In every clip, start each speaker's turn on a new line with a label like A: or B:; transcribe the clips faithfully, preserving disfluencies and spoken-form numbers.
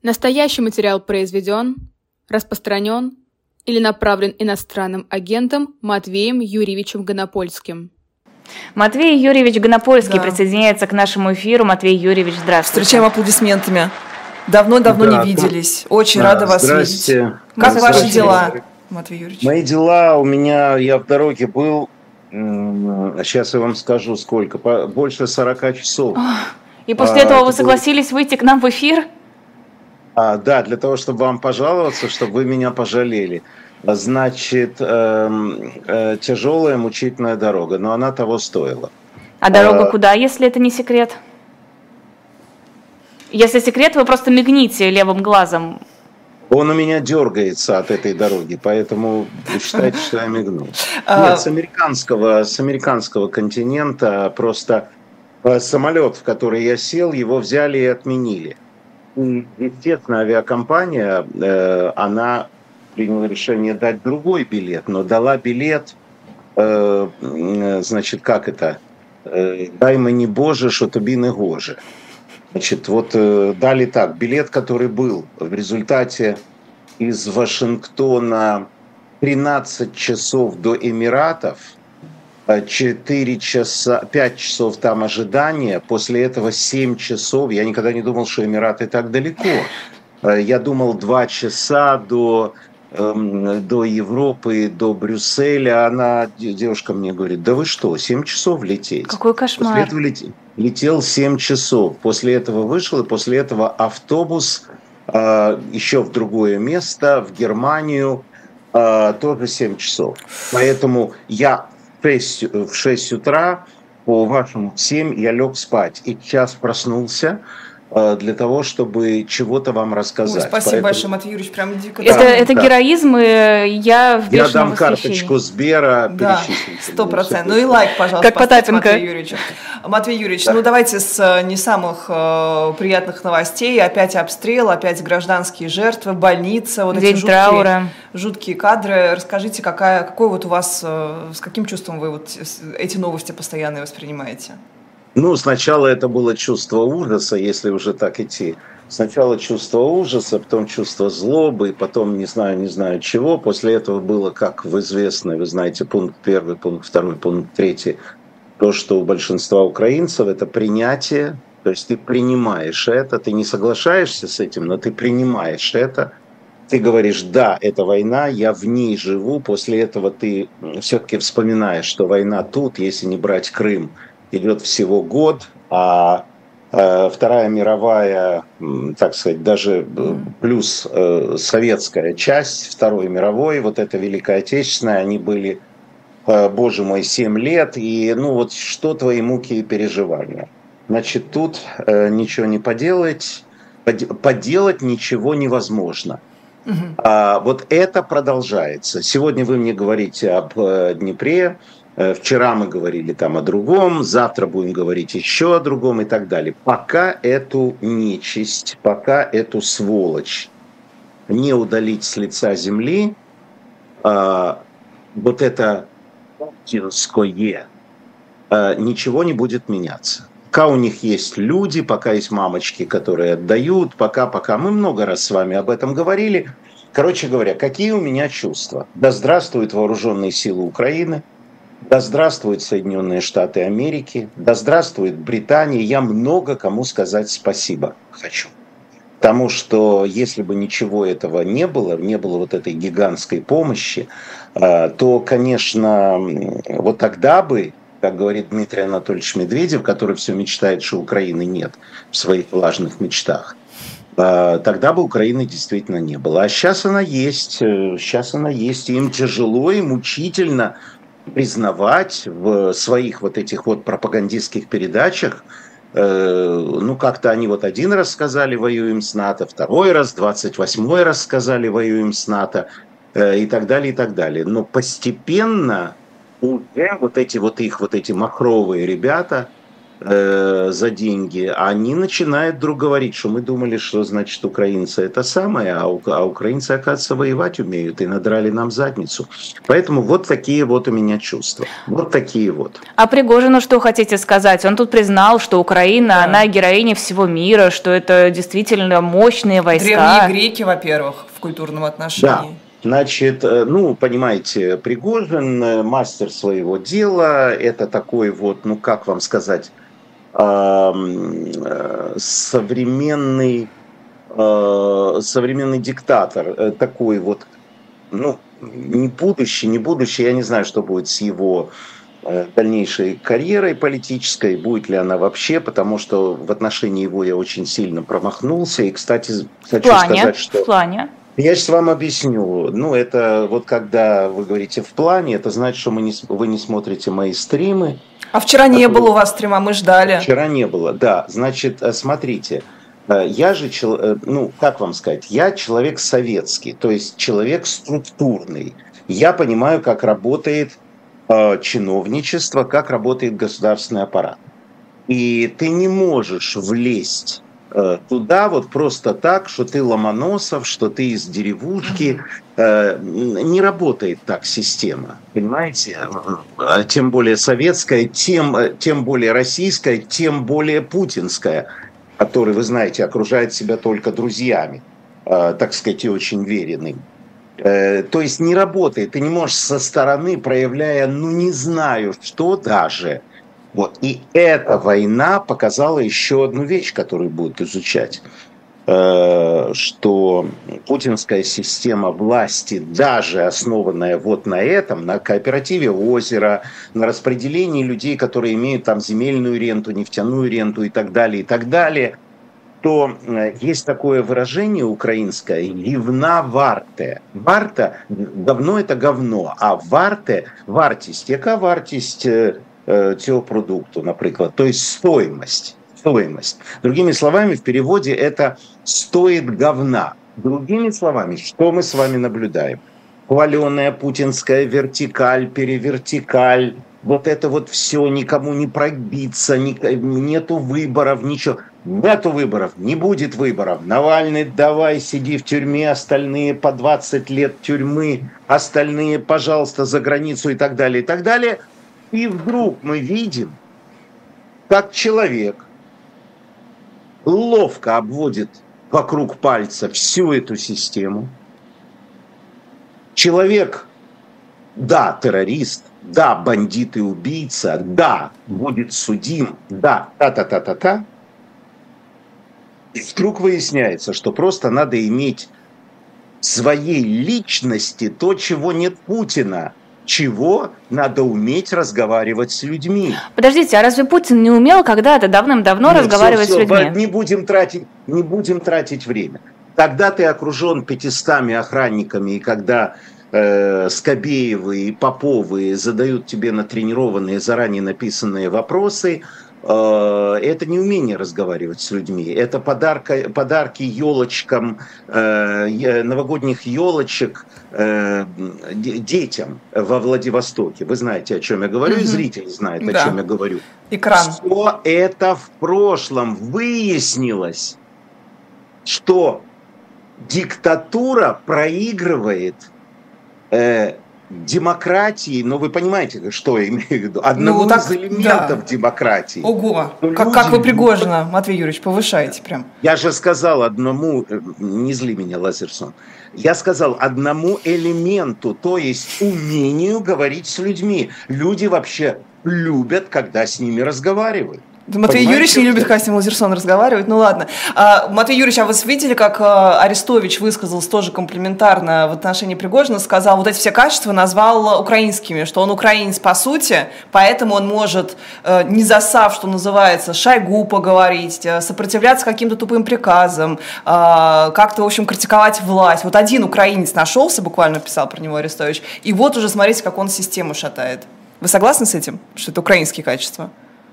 A: Настоящий материал произведен, распространен или направлен иностранным агентом Матвеем Юрьевичем Гонопольским.
B: Матвей Юрьевич Гонопольский
C: Да.
B: присоединяется к нашему эфиру. Матвей Юрьевич, здравствуйте.
C: Встречаем аплодисментами. Давно-давно
D: Да,
C: не виделись. Очень
D: да,
C: рада вас
D: здрасте.
C: видеть. Как
D: Здравствуйте.
C: ваши дела, Матвей Юрьевич?
D: Мои дела, у меня, я в дороге был, м, сейчас я вам скажу сколько, по- больше сорока часов.
B: И после
D: А,
B: этого вы
D: это
B: согласились выйти к нам в эфир?
D: А, да, для того, чтобы вам пожаловаться, чтобы вы меня пожалели. Значит, эм, э, тяжелая, мучительная дорога, но она того стоила.
B: А дорога
D: А,
B: куда, если это не секрет? Если секрет, вы просто мигните левым глазом.
D: Он у меня дергается от этой дороги, поэтому считайте, что я мигнул.
C: А-
D: Нет, с американского, с американского континента просто э, самолет, в который я сел, его взяли и отменили. И, естественно, авиакомпания, э, она приняла решение дать другой билет, но дала билет, э, э, значит, как это? Э, «Дай мені Боже, що тобі не гоже». Значит, вот э, дали так, билет, который был в результате из Вашингтона тринадцать часов до Эмиратов, четыре часа, пять часов там ожидания, после этого семь часов. Я никогда не думал, что Эмираты так далеко. Э, Я думал два часа до, эм, до Европы, до Брюсселя. Она, де- девушка мне говорит, да вы что, семь часов лететь?
B: Какой
D: После
B: кошмар.
D: этого лете- летел семь часов. После этого вышел, и после этого автобус э, еще в другое место, в Германию, э, тоже семь часов. Поэтому я в шесть, в шесть утра, по вашему в семь я лег спать. И час проснулся э, для того, чтобы чего-то вам
C: Ой,
D: рассказать.
C: спасибо
D: Поэтому
C: большое, Матвей Юрьевич, прям дико.
B: Это,
D: Да,
B: это
D: да.
B: героизм, и я в
D: Я
B: бешеном
D: дам карточку
B: восхищении.
D: Сбера,
C: Да,
D: перечислите.
C: сто процентов. Ну и лайк, пожалуйста,
B: Как
C: поставьте
B: Потапенко.
C: Матвею Юрьевичу. Матвей Юрьевич,
D: Да.
C: ну давайте с э, не самых э, приятных новостей. Опять обстрел, опять гражданские жертвы, больница, вот эти
B: День
C: жуткие,
B: траура.
C: жуткие кадры. Расскажите, какая, какой вот у вас, э, с каким чувством вы вот с- эти новости постоянно воспринимаете?
D: Ну, сначала это было чувство ужаса, если уже так идти. Сначала чувство ужаса, потом чувство злобы, потом не знаю, не знаю чего. После этого было, как в известной, вы знаете, пункт первый, пункт второй, пункт третий. То, что у большинства украинцев это принятие, то есть ты принимаешь это, ты не соглашаешься с этим, но ты принимаешь это. Ты говоришь, да, это война, я в ней живу. После этого ты все-таки вспоминаешь, что война тут, если не брать Крым, идет всего год, а э, Вторая мировая, м, так сказать, даже э, плюс э, советская часть Второй мировой, вот эта Великая Отечественная, они были, э, боже мой, семь лет, и ну вот что твои муки и переживания. Значит, тут э, ничего не поделать, поде- поделать ничего невозможно. А, вот это продолжается. Сегодня вы мне говорите об э, Днепре, э, вчера мы говорили там о другом, завтра будем говорить еще о другом и так далее. Пока эту нечисть, пока эту сволочь не удалить с лица земли, а, вот это путинское, а, ничего не будет меняться. Пока у них есть люди, пока есть мамочки, которые отдают, пока, пока. Мы много раз с вами об этом говорили. Короче говоря, какие у меня чувства? Да здравствуют вооруженные силы Украины, да здравствуют Соединенные Штаты Америки, да здравствует Британия. Я много кому сказать спасибо хочу. Потому что если бы ничего этого не было, не было вот этой гигантской помощи, э, то, конечно, м, вот тогда бы, как говорит Дмитрий Анатольевич Медведев, который все мечтает, что Украины нет в своих влажных мечтах, э, тогда бы Украины действительно не было. А сейчас она есть, э, сейчас она есть, и им тяжело и мучительно признавать в своих вот этих вот пропагандистских передачах, э, ну как-то они вот один раз сказали «воюем с НАТО», второй раз, двадцать восьмой раз сказали «воюем с НАТО», э, и так далее, и так далее. Но постепенно уже вот эти вот их, вот эти махровые ребята э, за деньги, они начинают вдруг говорить, что мы думали, что значит украинцы это самое, а, у, а украинцы, оказывается, воевать умеют и надрали нам задницу. Поэтому вот такие вот у меня чувства. Вот такие вот.
B: А Пригожину что хотите сказать? Он тут признал, что Украина, да. она героиня всего мира, что это действительно мощные войска.
C: Древние греки, во-первых, в культурном отношении.
D: Да. Значит, ну, понимаете, Пригожин мастер своего дела, это такой вот, ну, как вам сказать, современный, современный диктатор, такой вот, ну, не будущий, не будущий, я не знаю, что будет с его дальнейшей карьерой политической, будет ли она вообще, потому что в отношении его я очень сильно промахнулся, и, кстати, хочу
B: плане,
D: сказать, что...
B: В плане.
D: Я сейчас вам объясню. Ну, это вот когда вы говорите в плане, это значит, что мы не, вы не смотрите мои стримы.
C: А вчера не было у вас стрима, мы ждали.
D: Вчера не было, да. Значит, смотрите, я же, ну, как вам сказать, я человек советский, то есть человек структурный. Я понимаю, как работает чиновничество, как работает государственный аппарат. И ты не можешь влезть туда вот просто так, что ты Ломоносов, что ты из деревушки. Не работает так система, понимаете? Тем более советская, тем, тем более российская, тем более путинская, который, вы знаете, окружает себя только друзьями, так сказать, и очень веренными. То есть не работает, ты не можешь со стороны, проявляя, ну не знаю, что даже... Вот. И эта война показала еще одну вещь, которую будут изучать, что путинская система власти, даже основанная вот на этом, на кооперативе озера, на распределении людей, которые имеют там земельную ренту, нефтяную ренту и так далее, и так далее, то есть такое выражение украинское «гівна варте». Варта, говно – это говно, а варте – вартість. Яка вартість цього продукту, например, то есть стоимость, стоимость. Другими словами, в переводе это стоит говна. Другими словами, что мы с вами наблюдаем? Хваленая путинская вертикаль, перевертикаль, вот это вот все, никому не пробиться, нету выборов, ничего. Нету выборов, не будет выборов. Навальный, давай, сиди в тюрьме, остальные по двадцать лет тюрьмы, остальные, пожалуйста, за границу и так далее, и так далее. И вдруг мы видим, как человек ловко обводит вокруг пальца всю эту систему. Человек, да, террорист, да, бандит и убийца, да, будет судим, да, та-та-та-та-та. И вдруг выясняется, что просто надо иметь в своей личности то, чего нет Путина. Чего? Надо уметь разговаривать с людьми.
B: Подождите, а разве Путин не умел когда-то давным-давно Нет, разговаривать все, все, с людьми?
D: Не будем тратить, не будем тратить время. Когда ты окружен пятистами охранниками, и когда э, Скобеевы и Поповы задают тебе натренированные, заранее написанные вопросы, э, это не умение разговаривать с людьми. Это подарка, подарки елочкам, э, новогодних елочек, детям во Владивостоке. Вы знаете, о чем я говорю, mm-hmm. и зрители знают, да. о чем я говорю.
C: Экран.
D: Что это в прошлом выяснилось, что диктатура проигрывает э, демократии, но вы понимаете, что я имею в виду, одному ну, так, из элементов да. демократии.
C: Ого, как, как вы Пригожина, Матвей Юрьевич, повышаете прям.
D: Я же сказал одному, не зли меня, Лазерсон, я сказал одному элементу, то есть умению говорить с людьми. Люди вообще любят, когда с ними разговаривают.
C: Да, Матвей Понимаете, Юрьевич не любит, когда с ним Лазерсон разговаривает. Ну ладно. А, Матвей Юрьевич, а вы видели, как а, Арестович высказался тоже комплиментарно в отношении Пригожина, сказал, вот эти все качества назвал украинскими, что он украинец по сути, поэтому он может, а, не засав, что называется, Шойгу поговорить, а, сопротивляться каким-то тупым приказам, а, как-то, в общем, критиковать власть. Вот один украинец нашелся, буквально писал про него Арестович, и вот уже смотрите, как он систему шатает. Вы согласны с этим, что это украинские качества?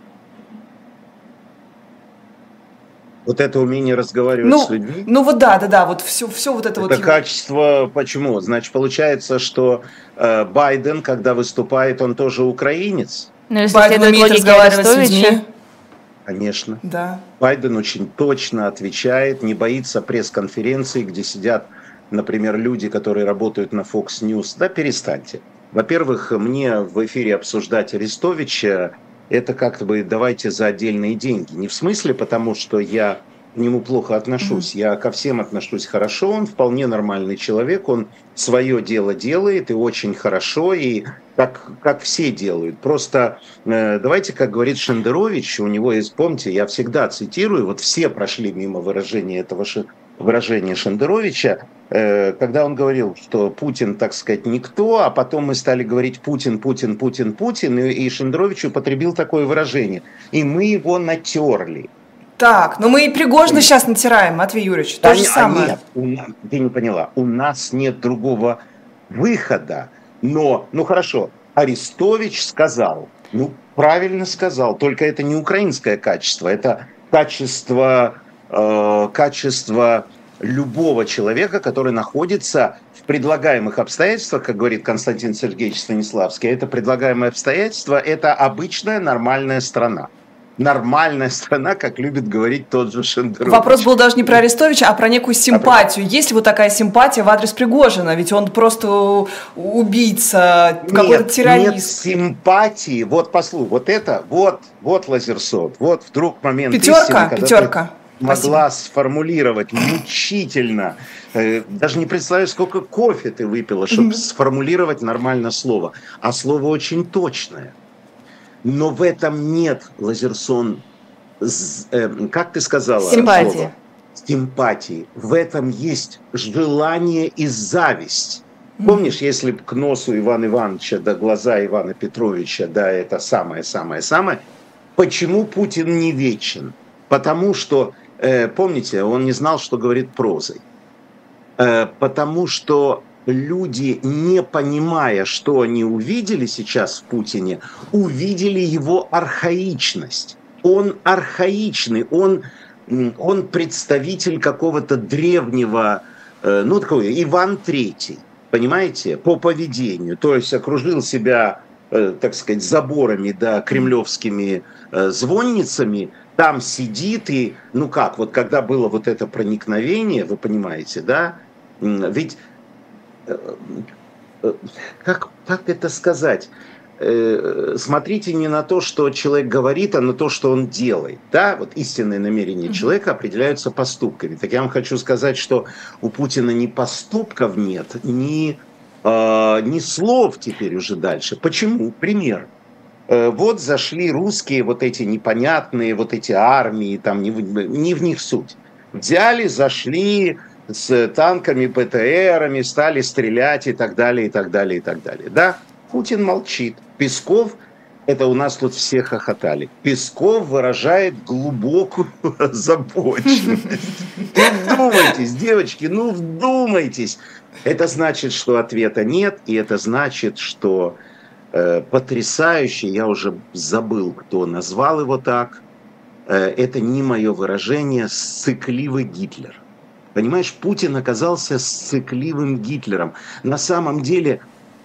D: Вот это умение разговаривать
C: ну,
D: с людьми?
C: Ну вот да, да, да, вот все, все вот это, это вот.
D: Это качество, почему? Значит, получается, что э, Байден, когда выступает, он тоже украинец?
B: Ну, если
C: Байден умеет разговаривать с людьми.
D: Конечно.
C: Да.
D: Байден очень точно отвечает, не боится пресс-конференций, где сидят, например, люди, которые работают на Fox News. Да перестаньте. Во-первых, мне в эфире обсуждать Арестовича, это как бы давайте за отдельные деньги. Не в смысле потому, что я к нему плохо отношусь. Mm-hmm. Я ко всем отношусь хорошо, он вполне нормальный человек, он свое дело делает и очень хорошо, и как, как все делают. Просто э, давайте, как говорит Шендерович, у него есть, помните, я всегда цитирую, вот все прошли мимо выражения этого ши, выражения Шендеровича, э, когда он говорил, что Путин, так сказать, никто, а потом мы стали говорить Путин, Путин, Путин, Путин, и, и Шендерович употребил такое выражение. И мы его натерли.
C: Так, но мы и Пригожина нет. сейчас натираем, Матвей Юрьевич, то а же самое.
D: Нет, у нас, ты не поняла, у нас нет другого выхода. Но, ну хорошо, Арестович сказал, ну правильно сказал, только это не украинское качество, это качество, э, качество любого человека, который находится в предлагаемых обстоятельствах, как говорит Константин Сергеевич Станиславский, это предлагаемое обстоятельство, это обычная нормальная страна. Нормальная страна, как любит говорить тот же Шендерович.
C: Вопрос был даже не про Арестовича, а про некую симпатию. А про... Есть ли вот такая симпатия в адрес Пригожина? Ведь он просто убийца, какой-то террорист. Нет
D: симпатии. Вот послушай, вот это, вот, вот Лазерсон, вот вдруг момент
C: пятерка,
D: истины, когда
C: пятерка.
D: Ты могла Спасибо. Сформулировать мучительно. Даже не представляю, сколько кофе ты выпила, чтобы mm-hmm. сформулировать нормально слово. А слово очень точное. Но в этом нет, Лазерсон, э, как ты сказала?
B: Симпатии.
D: Слово? Симпатии. В этом есть желание и зависть. Mm-hmm. Помнишь, если бы к носу Ивана Ивановича, да глаза Ивана Петровича, да это самое-самое-самое, почему Путин не вечен? Потому что, э, помните, он не знал, что говорит прозой. Э, потому что... Люди, не понимая, что они увидели сейчас в Путине, увидели его архаичность. Он архаичный, он, он представитель какого-то древнего, ну, такой Иван Третий, понимаете, по поведению. То есть окружил себя, так сказать, заборами, да, кремлевскими звонницами, там сидит и, ну как, вот когда было вот это проникновение, вы понимаете, да, ведь... Как, как это сказать? Смотрите не на то, что человек говорит, а на то, что он делает. Да? Вот истинные намерения mm-hmm. человека определяются поступками. Так я вам хочу сказать, что у Путина ни поступков нет, ни, э, ни слов теперь уже дальше. Почему? Пример. Э, вот зашли русские, вот эти непонятные, вот эти армии, там не, не в них суть. Взяли, зашли... с танками, БТРами, стали стрелять и так далее, и так далее, и так далее. Да, Путин молчит. Песков, это у нас тут все хохотали, Песков выражает глубокую озабоченность. Вдумайтесь, девочки, ну вдумайтесь. Это значит, что ответа нет, и это значит, что э, потрясающе, я уже забыл, кто назвал его так, э, это не мое выражение, ссыкливый Гитлер. Понимаешь, Путин оказался ссыкливым Гитлером. На самом деле,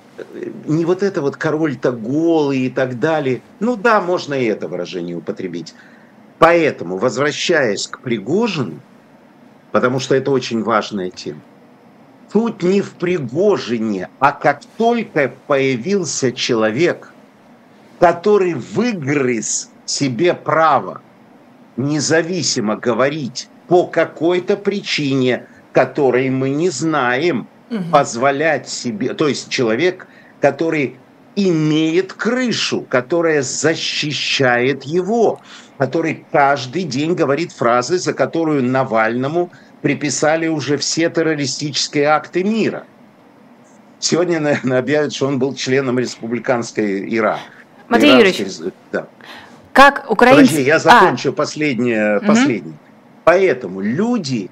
D: не вот это вот король-то голый и так далее. Ну да, можно и это выражение употребить. Поэтому, возвращаясь к Пригожину, потому что это очень важная тема, тут не в Пригожине, а как только появился человек, который выгрыз себе право независимо говорить, по какой-то причине, которой мы не знаем, угу. позволять себе... То есть человек, который имеет крышу, которая защищает его, который каждый день говорит фразы, за которую Навальному приписали уже все террористические акты мира. Сегодня, наверное, объявят, что он был членом республиканской ИРА.
B: Матвей Юрьевич,
D: да.
B: как украинцы...
D: Подожди, я закончу а. последнее.
B: Угу.
D: последнее. Поэтому люди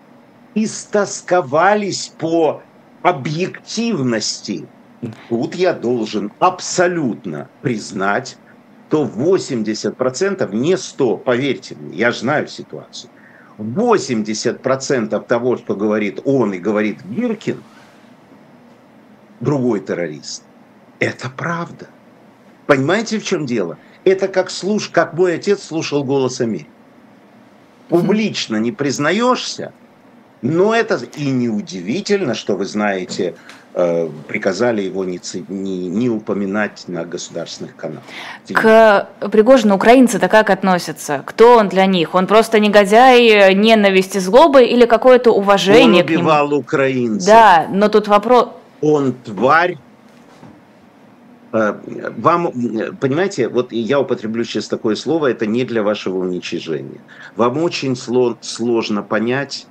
D: истосковались по объективности. Тут я должен абсолютно признать, что восемьдесят процентов, не сто, поверьте мне, я знаю ситуацию, восемьдесят процентов того, что говорит он и говорит Гиркин, другой террорист, это правда. Понимаете, в чем дело? Это как, слуш... как мой отец слушал «Голос Америки». публично не признаешься, но это и неудивительно, что вы знаете, э, приказали его не, не, не упоминать на государственных каналах.
B: К Пригожину украинцы-то как относятся? Кто он для них? Он просто негодяй, ненависть и злоба или какое-то уважение
D: к нему? Он убивал украинцев.
B: Да, но тут вопрос...
D: Он тварь. Вам, понимаете, вот я употреблю сейчас такое слово, это не для вашего уничижения. Вам очень сложно понять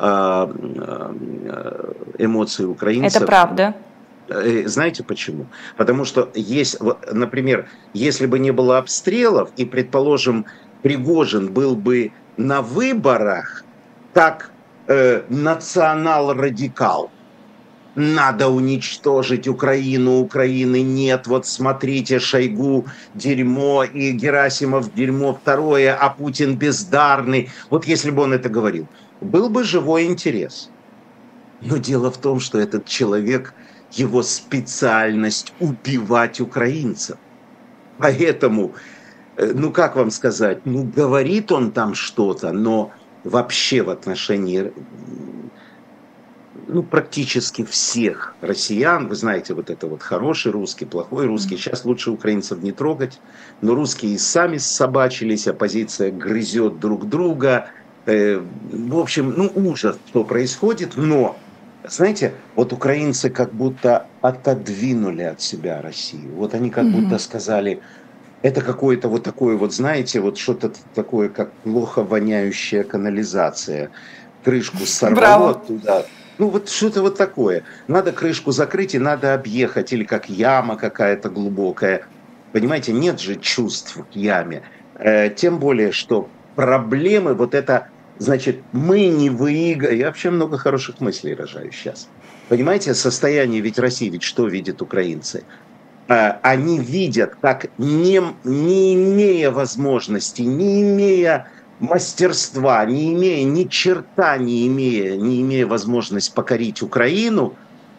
D: эмоции украинцев.
B: Это правда.
D: Знаете почему? Потому что есть, например, если бы не было обстрелов, и, предположим, Пригожин был бы на выборах как э, национал-радикал, надо уничтожить Украину, Украины нет, вот смотрите, Шойгу дерьмо и Герасимов дерьмо второе, а Путин бездарный. Вот если бы он это говорил, был бы живой интерес. Но дело в том, что этот человек, его специальность убивать украинцев. Поэтому, ну как вам сказать, ну говорит он там что-то, но вообще в отношении... ну, практически всех россиян, вы знаете, вот это вот хороший русский, плохой русский, сейчас лучше украинцев не трогать, но русские и сами собачились, оппозиция грызет друг друга, э, в общем, ну, ужас, что происходит, но, знаете, вот украинцы как будто отодвинули от себя Россию, вот они как mm-hmm. будто сказали, это какое-то вот такое вот, знаете, вот что-то такое, как плохо воняющая канализация, крышку сорвало туда. Ну, вот что-то вот такое. Надо крышку закрыть и надо объехать. Или как яма какая-то глубокая. Понимаете, нет же чувств к яме. Э, тем более, что проблемы, вот это, значит, мы не выиграем. Я вообще много хороших мыслей рожаю сейчас. Понимаете, состояние ведь России, ведь что видят украинцы? Э, они видят, как не, не имея возможности, не имея... мастерства, не имея ни черта, не имея, не имея возможность покорить Украину,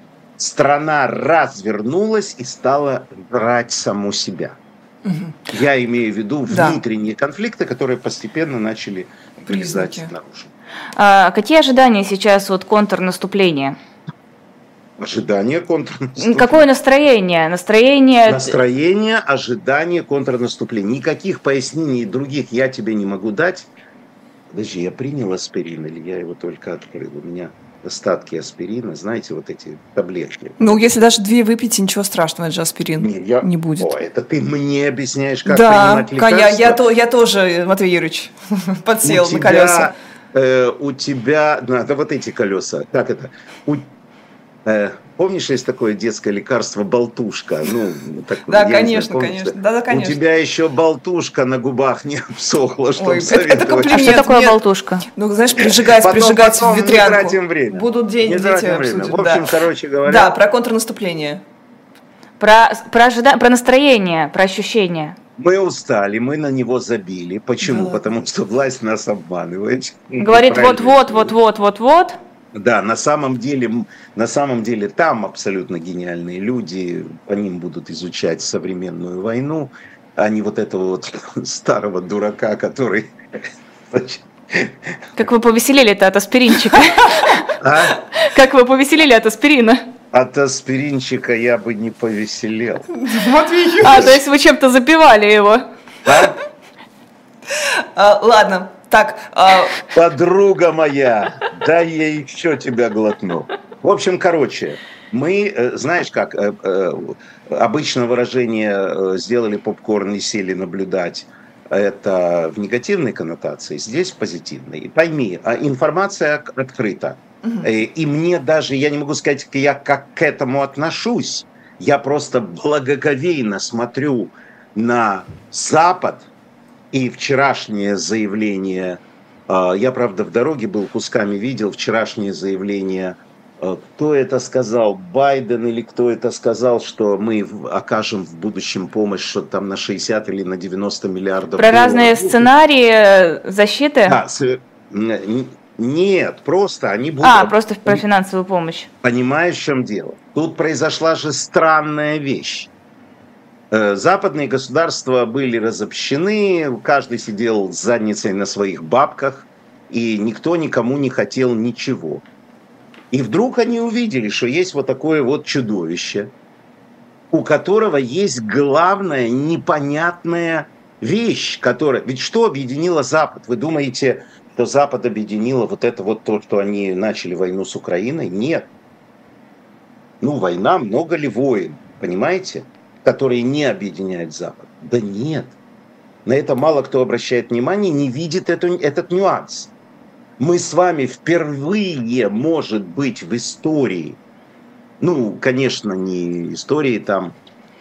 D: страна развернулась и стала брать саму себя. Угу. Я имею в виду внутренние да. конфликты, которые постепенно начали вылезать наружу.
B: А какие ожидания сейчас от контрнаступления?
D: Ожидание контрнаступления.
B: Какое настроение? Настроение...
D: Настроение, ожидание контрнаступления. Никаких пояснений других я тебе не могу дать. Подожди, я принял аспирин или я его только открыл? У меня остатки аспирина, знаете, вот эти таблетки.
C: Ну, если даже две выпьете, ничего страшного, это же аспирин не, я... не будет.
D: О, это ты мне объясняешь, как
C: да,
D: принимать лекарства?
C: Да, я, я, я тоже, Матвей Юрьевич, подсел на колеса.
D: Э, у тебя, ну, это вот эти колеса, как это? У Э, помнишь, есть такое детское лекарство болтушка? Ну, такое,
C: да, конечно, конечно. Да, да, конечно.
D: У тебя еще болтушка на губах не обсохла, чтобы
C: Ой, советовать. Это комплимент.
B: А что такое
C: Нет.
B: болтушка?
C: Ну, знаешь, прижигать,
D: потом,
C: прижигать
D: потом
C: в ветрянку.
D: Не тратим время.
C: Будут день,
D: не
C: дети
D: обсудим. В общем,
C: да.
D: короче говоря.
C: Да, про контрнаступление.
B: Про, про, ожида... про настроение, про ощущения.
D: Мы устали, мы на него забили. Почему? Да. Потому что власть нас обманывает.
B: Говорит, вот-вот, вот-вот, вот-вот.
D: Да, на самом деле, на самом деле там абсолютно гениальные люди, по ним будут изучать современную войну, а не вот этого вот старого дурака, который...
B: Как вы повеселели-то от аспиринчика?
D: А?
B: Как вы повеселели от аспирина?
D: От аспиринчика я бы не повеселел.
B: А, то есть вы чем-то запивали его?
D: Да?
C: А, ладно. Так, а...
D: Подруга моя, дай я еще тебя глотну. В общем, короче, мы, знаешь как, обычно выражение «сделали попкорн и сели наблюдать» это в негативной коннотации, здесь в позитивной. Пойми, информация открыта. Угу. И мне даже, я не могу сказать, я как к этому отношусь, я просто благоговейно смотрю на Запад. И вчерашнее заявление, я, правда, в дороге был, кусками видел, вчерашнее заявление, кто это сказал, Байден или кто это сказал, что мы окажем в будущем помощь, что там на шестьдесят или на девяносто миллиардов
B: Про
D: долларов.
B: Разные сценарии защиты?
D: Да, нет, просто они будут...
B: А, просто про финансовую помощь.
D: Понимаешь, в чем дело? Тут произошла же странная вещь. Западные государства были разобщены, каждый сидел с задницей на своих бабках, и никто никому не хотел ничего. И вдруг они увидели, что есть вот такое вот чудовище, у которого есть главная непонятная вещь, которая... Ведь что объединило Запад? Вы думаете, что Запад объединило вот это вот то, что они начали войну с Украиной? Нет. Ну, война, много ли войн, понимаете, которые не объединяют Запад? Да нет. На это мало кто обращает внимание, не видит эту, этот нюанс. Мы с вами впервые, может быть, в истории, ну, конечно, не истории там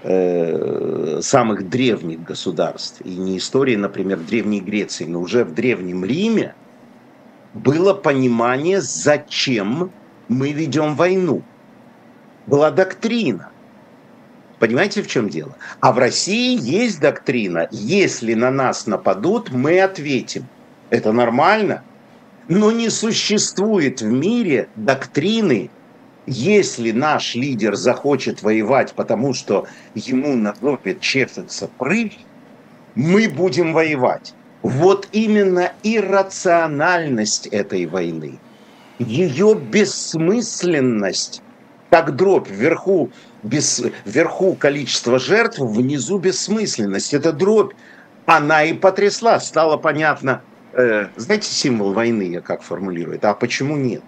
D: э, самых древних государств, и не истории, например, Древней Греции, но уже в Древнем Риме было понимание, зачем мы ведем войну. Была доктрина. Понимаете, в чем дело? А в России есть доктрина: если на нас нападут, мы ответим. Это нормально. Но не существует в мире доктрины: если наш лидер захочет воевать, потому что ему на жопе чешется прыщ, мы будем воевать. Вот именно иррациональность этой войны, ее бессмысленность, как дробь вверху, без, вверху количество жертв, внизу бессмысленность. Эта дробь, она и потрясла. Стало понятно, э, знаете, символ войны я как формулирую? А почему нет?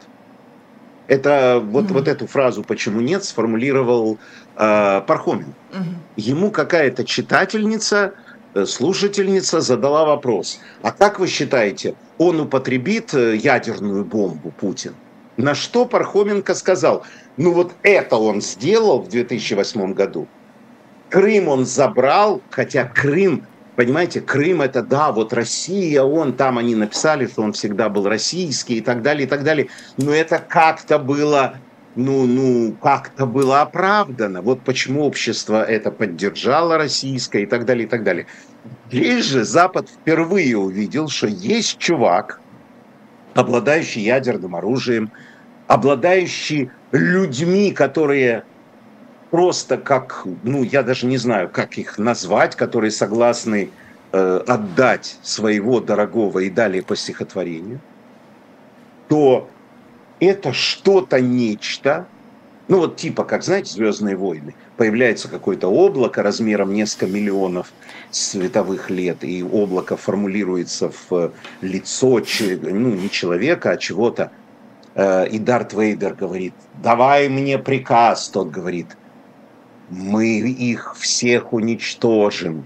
D: Это вот, mm-hmm. вот эту фразу «почему нет» сформулировал э, Пархомин. Mm-hmm. Ему какая-то читательница, слушательница задала вопрос: а как вы считаете, он употребит ядерную бомбу, Путин? На что Пархоменко сказал: ну вот это он сделал в две тысячи восьмом году. Крым он забрал, хотя Крым, понимаете, Крым это да, вот Россия, он, там они написали, что он всегда был российский и так далее, и так далее. Но это как-то было, ну, ну, как-то было оправдано. Вот почему общество это поддержало российское и так далее, и так далее. Здесь же Запад впервые увидел, что есть чувак, обладающий ядерным оружием, обладающий людьми, которые просто как, ну, я даже не знаю, как их назвать, которые согласны э, отдать своего дорогого и далее по стихотворению, то это что-то нечто, ну вот типа, как, знаете, «Звездные войны», появляется какое-то облако размером несколько миллионов световых лет, и облако формулируется в лицо, ну, не человека, а чего-то, и Дарт Вейдер говорит: давай мне приказ. Тот говорит: мы их всех уничтожим.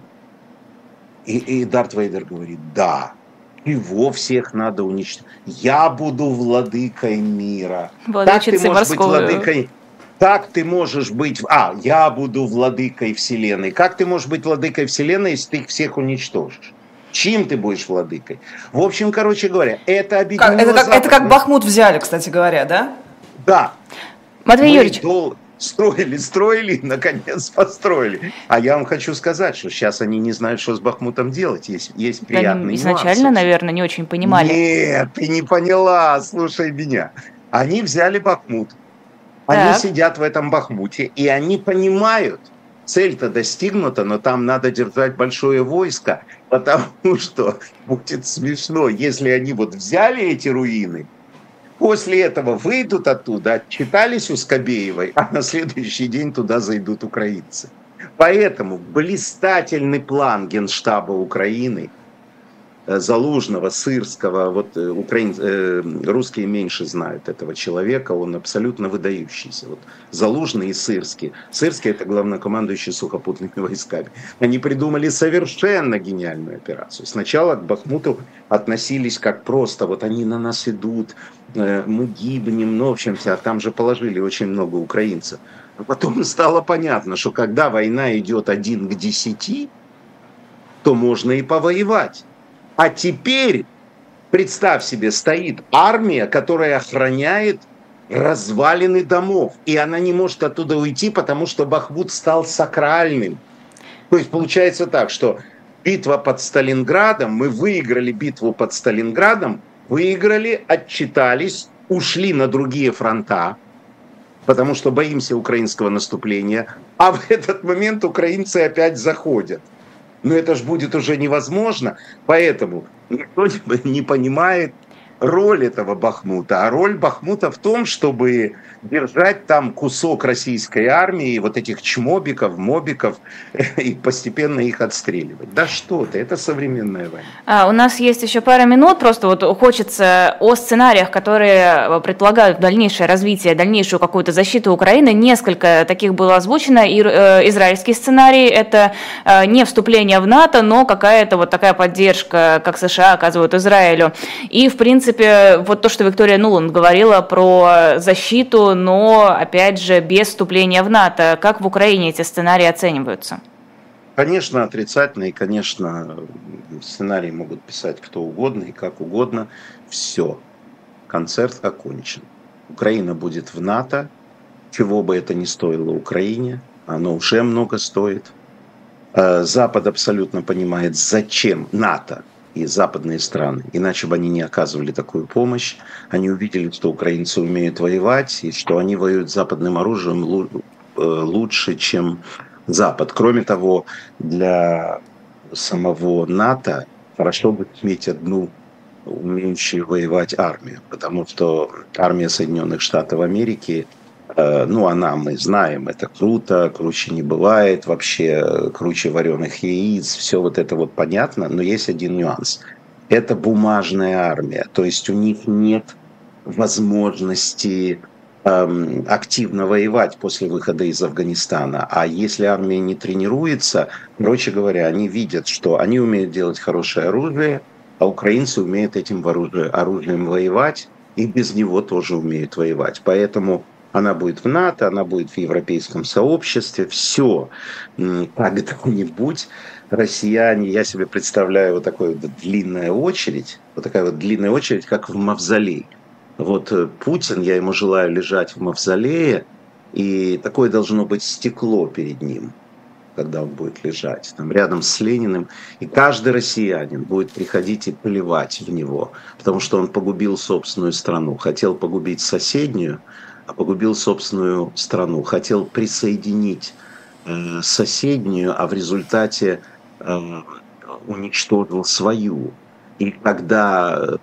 D: И, и Дарт Вейдер говорит: да, его всех надо уничтожить. Я буду владыкой мира. Так ты можешь быть владыкой. Как ты можешь быть... А, я буду владыкой Вселенной. Как ты можешь быть владыкой Вселенной, если ты их всех уничтожишь? Чьим ты будешь владыкой? В общем, короче говоря, это объединило
C: как, это, как,
D: Запад.
C: Это как Бахмут взяли, кстати говоря, да?
D: Да.
B: Матвей Мы Юрьевич.
D: Дол... Строили, строили, наконец построили. А я вам хочу сказать, что сейчас они не знают, что с Бахмутом делать. Есть, есть приятные нюансы.
B: Изначально, наверное, не очень понимали.
D: Нет, ты не поняла, слушай меня. Они взяли Бахмут. Они так. сидят в этом Бахмуте, и они понимают, цель-то достигнута, но там надо держать большое войско, потому что будет смешно, если они вот взяли эти руины, после этого выйдут оттуда, отчитались у Скобеевой, а на следующий день туда зайдут украинцы. Поэтому блистательный план Генштаба Украины, Залужного, Сырского, вот украин... русские меньше знают этого человека, он абсолютно выдающийся. Вот Залужный и Сырский. Сырский — это главнокомандующий сухопутными войсками. Они придумали совершенно гениальную операцию. Сначала к Бахмуту относились как просто, вот они на нас идут, мы гибнем, ну, в общем, там же положили очень много украинцев. А потом стало понятно, что когда война идет один к десяти, то можно и повоевать. А теперь, представь себе, стоит армия, которая охраняет развалины домов. И она не может оттуда уйти, потому что Бахмут стал сакральным. То есть получается так, что битва под Сталинградом, мы выиграли битву под Сталинградом, выиграли, отчитались, ушли на другие фронта, потому что боимся украинского наступления. А в этот момент украинцы опять заходят. Но это же будет уже невозможно, поэтому никто не понимает, роль этого Бахмута. А роль Бахмута в том, чтобы держать там кусок российской армии, вот этих чмобиков, мобиков, и постепенно их отстреливать. Да что ты, это современная война.
B: А, у нас есть еще пара минут, просто вот хочется о сценариях, которые предполагают дальнейшее развитие, дальнейшую какую-то защиту Украины. Несколько таких было озвучено. И, э, израильский сценарий – это э, не вступление в НАТО, но какая-то вот такая поддержка, как США оказывают Израилю. И, в принципе, вот то, что Виктория Нуланд говорила про защиту, но, опять же, без вступления в НАТО. Как в Украине эти сценарии оцениваются?
D: Конечно, отрицательно, и, конечно, сценарии могут писать кто угодно и как угодно. Все, концерт окончен. Украина будет в НАТО, чего бы это ни стоило Украине, оно уже много стоит. Запад абсолютно понимает, зачем НАТО и западные страны, иначе бы они не оказывали такую помощь. Они увидели, что украинцы умеют воевать, и что они воюют западным оружием лучше, чем Запад. Кроме того, для самого НАТО хорошо бы иметь одну умеющую воевать армию, потому что армия Соединенных Штатов Америки, ну, она, мы знаем, это круто, круче не бывает, вообще круче вареных яиц, все вот это вот понятно, но есть один нюанс. Это бумажная армия, то есть у них нет возможности эм, активно воевать после выхода из Афганистана. А если армия не тренируется, короче говоря, они видят, что они умеют делать хорошее оружие, а украинцы умеют этим оружием воевать, и без него тоже умеют воевать. Поэтому она будет в НАТО, она будет в европейском сообществе, все. Когда-нибудь россияне, я себе представляю вот такую вот длинная очередь, вот такая вот длинная очередь, как в мавзолей. Вот Путин, я ему желаю лежать в мавзолее, и такое должно быть стекло перед ним, когда он будет лежать, там рядом с Лениным, и каждый россиянин будет приходить и плевать в него, потому что он погубил собственную страну, хотел погубить соседнюю, а погубил собственную страну, хотел присоединить э, соседнюю, а в результате э, уничтожил свою. И когда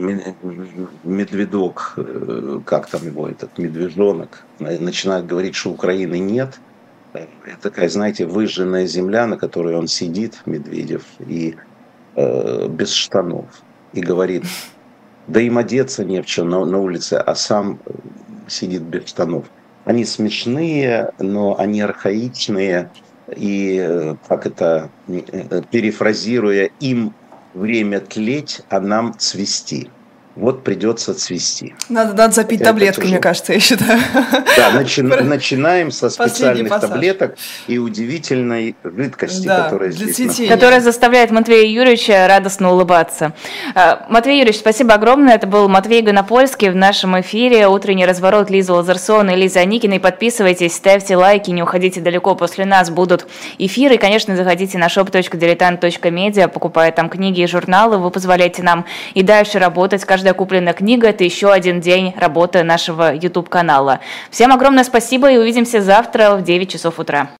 D: Медведок, э, как там его, этот медвежонок, начинает говорить, что Украины нет, это такая, знаете, выжженная земля, на которой он сидит, Медведев, и э, без штанов, и говорит, да им одеться не в чем на, на улице, а сам сидит без штанов. Они смешные, но они архаичные, и, как это, перефразируя, им время тлеть, а нам цвести. Вот придется цвести.
C: Надо, надо запить это таблетку, тоже... мне кажется, я считаю.
D: Да, начи... начинаем со специальных таблеток и удивительной жидкости, да, которая здесь находится.
B: Которая заставляет Матвея Юрьевича радостно улыбаться. Матвей Юрьевич, спасибо огромное. Это был Матвей Гонопольский в нашем эфире. Утренний разворот Лиза Лазарсон и Лиза Аникиной. Подписывайтесь, ставьте лайки, не уходите далеко. После нас будут эфиры. И, конечно, заходите на shop точка дилетант точка медиа, покупая там книги и журналы. Вы позволяете нам и дальше работать. Каждая купленная книга – это еще один день работы нашего YouTube-канала. Всем огромное спасибо и увидимся завтра в девять часов утра.